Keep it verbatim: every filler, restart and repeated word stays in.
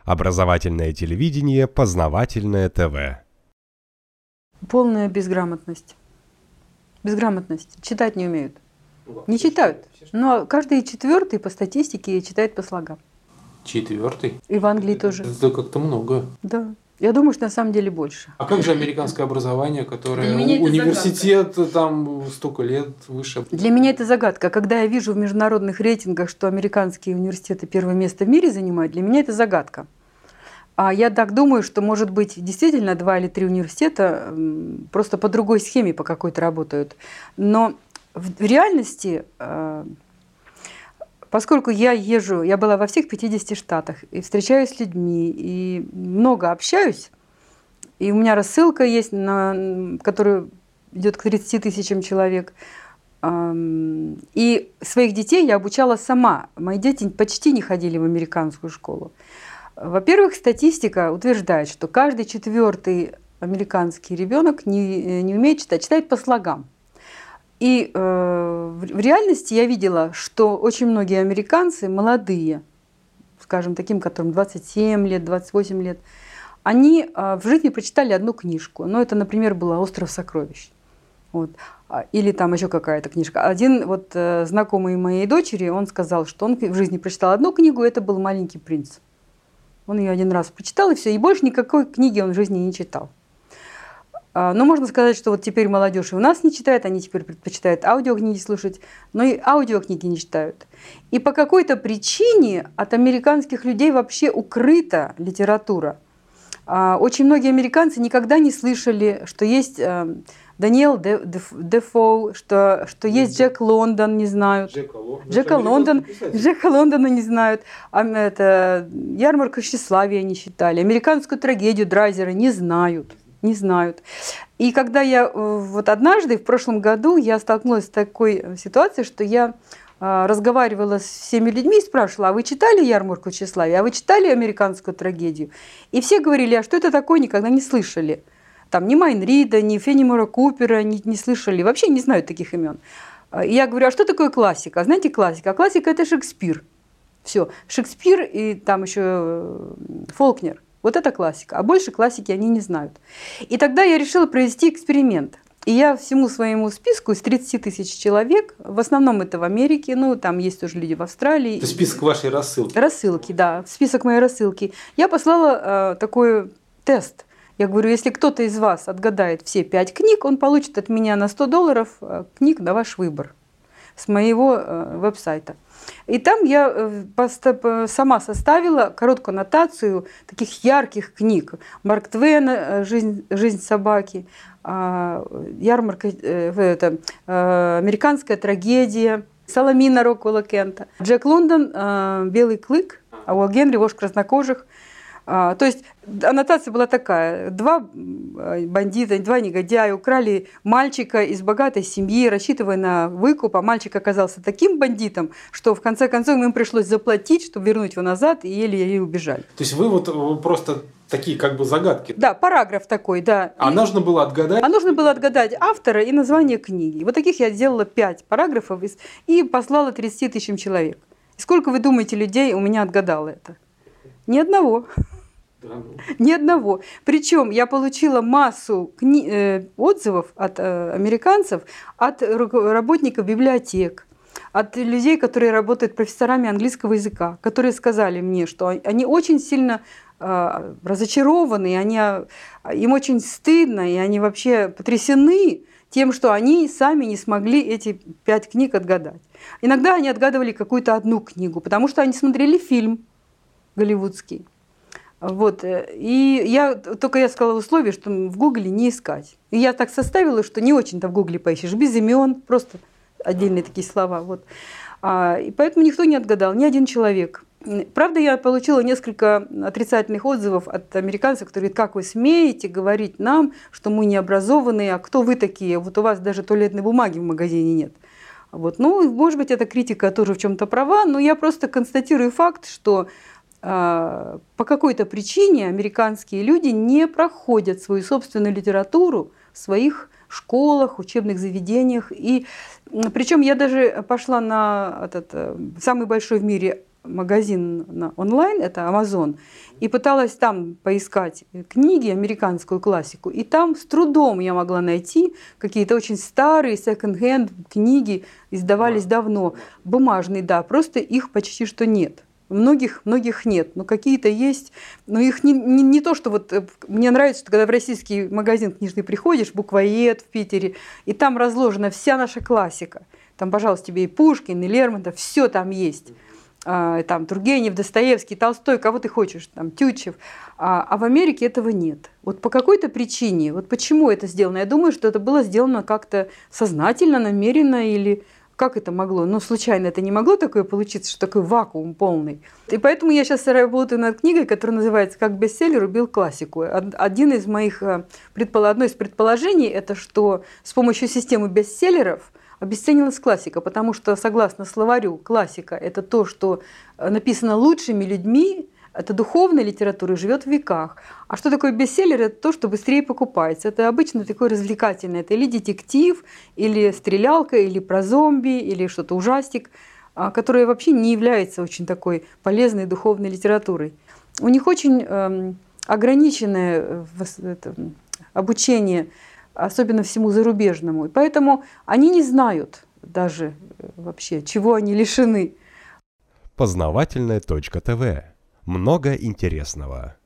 Образовательное телевидение, познавательное ТВ. Полная безграмотность. Безграмотность. Читать не умеют. Не читают. Но каждый четвертый по статистике читает по слогам. Четвертый? И в Англии тоже. Это как-то много. Да. Я думаю, что на самом деле больше. А как же американское образование, которое Для меня это университет там столько лет выше? Для меня это загадка. Когда я вижу в международных рейтингах, что американские университеты первое место в мире занимают, для меня это загадка. А я так думаю, что, может быть, действительно два или три университета просто по другой схеме по какой-то работают. Но в реальности, поскольку я езжу, я была во всех пятидесяти штатах, и встречаюсь с людьми, и много общаюсь, и у меня рассылка есть, на, которая идет к тридцати тысячам человек, и своих детей я обучала сама. Мои дети почти не ходили в американскую школу. Во-первых, статистика утверждает, что каждый четвертый американский ребенок не, не умеет читать, читает по слогам. И э, в реальности я видела, что очень многие американцы, молодые, скажем, таким, которым двадцать семь лет, двадцать восемь лет, они э, в жизни прочитали одну книжку. Ну, это, например, была «Остров сокровищ». Вот. Или там еще какая-то книжка. Один вот э, знакомый моей дочери, он сказал, что он в жизни прочитал одну книгу, это был «Маленький принц». Он ее один раз прочитал, и все, и больше никакой книги он в жизни не читал. Но можно сказать, что вот теперь молодежь и у нас не читает, они теперь предпочитают аудиокниги слушать, но и аудиокниги не читают. И по какой-то причине от американских людей вообще укрыта литература. Очень многие американцы никогда не слышали, что есть Даниэл Дефо, что, что есть Джек Лондон, не знают. Джека, Джека, Лондон, Джека Лондона не знают. А это, «Ярмарка тщеславия» не читали. Американскую трагедию Драйзера не знают. Не знают. И когда я вот однажды, в прошлом году, я столкнулась с такой ситуацией, что я разговаривала с всеми людьми и спрашивала: а вы читали «Ярмарку тщеславия», а вы читали американскую трагедию? И все говорили: а что это такое, никогда не слышали. Там ни Майн Рида, ни Феннимора Купера не, не слышали, вообще не знают таких имен. И я говорю: а что такое классика? Знаете, классика? А классика – это Шекспир. Все, Шекспир и там еще Фолкнер. Вот это классика. А больше классики они не знают. И тогда я решила провести эксперимент. И я всему своему списку из тридцати тысяч человек, в основном это в Америке, ну там есть тоже люди в Австралии. Это список вашей рассылки? Рассылки, да, список моей рассылки. Я послала э, такой тест. Я говорю: если кто-то из вас отгадает все пять книг, он получит от меня на сто долларов э, книг на ваш выбор с моего э, веб-сайта. И там я э, сама составила короткую аннотацию таких ярких книг. Марк Твена «Жизнь, жизнь собаки», э, «Ярмарка», э, это, э, «Американская трагедия», «Соломина» Роквелла Кента, Джек Лондон э, «Белый клык», а Уолл Генри «Вождь краснокожих». А, то есть аннотация была такая: два бандита, два негодяя украли мальчика из богатой семьи, рассчитывая на выкуп, а мальчик оказался таким бандитом, что в конце концов им пришлось заплатить, чтобы вернуть его назад, и еле-еле убежали. То есть вы вот просто такие как бы загадки? Да, параграф такой, да. А и... нужно было отгадать? А нужно было отгадать автора и название книги. Вот таких я сделала пять параграфов и послала тридцати тысячам человек. И сколько, вы думаете, людей у меня отгадало это? Ни одного. Да, ну. Ни одного. Причем я получила массу кни- э, отзывов от э, американцев, от работников библиотек, от людей, которые работают профессорами английского языка, которые сказали мне, что они очень сильно э, разочарованы, они, им очень стыдно, и они вообще потрясены тем, что они сами не смогли эти пять книг отгадать. Иногда они отгадывали какую-то одну книгу, потому что они смотрели фильм голливудский. Вот. И я, только я сказала условие, что в Гугле не искать. И я так составила, что не очень-то в Гугле поищешь, без имен, просто отдельные такие слова. Вот. А, и поэтому никто не отгадал, ни один человек. Правда, я получила несколько отрицательных отзывов от американцев, которые говорят: как вы смеете говорить нам, что мы не образованные, а кто вы такие? Вот у вас даже туалетной бумаги в магазине нет. Вот. Ну, может быть, эта критика тоже в чем-то права, но я просто констатирую факт, что по какой-то причине американские люди не проходят свою собственную литературу в своих школах, учебных заведениях. И причем я даже пошла на этот самый большой в мире магазин на онлайн, это Amazon, и пыталась там поискать книги, американскую классику, и там с трудом я могла найти какие-то очень старые секонд-хенд книги, издавались давно, бумажные, да, просто их почти что нет. Многих, многих нет, но какие-то есть, но их не, не, не то, что вот мне нравится, что когда в российский магазин книжный приходишь, Буквоед в Питере, и там разложена вся наша классика. Там, пожалуйста, тебе и Пушкин, и Лермонтов, все там есть. А, там Тургенев, Достоевский, Толстой, кого ты хочешь, там Тютчев. А, а в Америке этого нет. Вот по какой-то причине, вот почему это сделано? Я думаю, что это было сделано как-то сознательно, намеренно или... Как это могло? Ну, случайно это не могло такое получиться, что такой вакуум полный. И поэтому я сейчас работаю над книгой, которая называется «Как бестселлер убил классику». Один из моих, одно из предположений – это что с помощью системы бестселлеров обесценилась классика, потому что, согласно словарю, классика – это то, что написано лучшими людьми, это духовная литература, живет в веках. А что такое бестселлер? Это то, что быстрее покупается. Это обычно такое развлекательное. Это или детектив, или стрелялка, или про зомби, или что-то ужастик, которое вообще не является очень такой полезной духовной литературой. У них очень эм, ограниченное это, обучение, особенно всему зарубежному. И поэтому они не знают даже вообще, чего они лишены. Познавательная точка ТВ. Много интересного.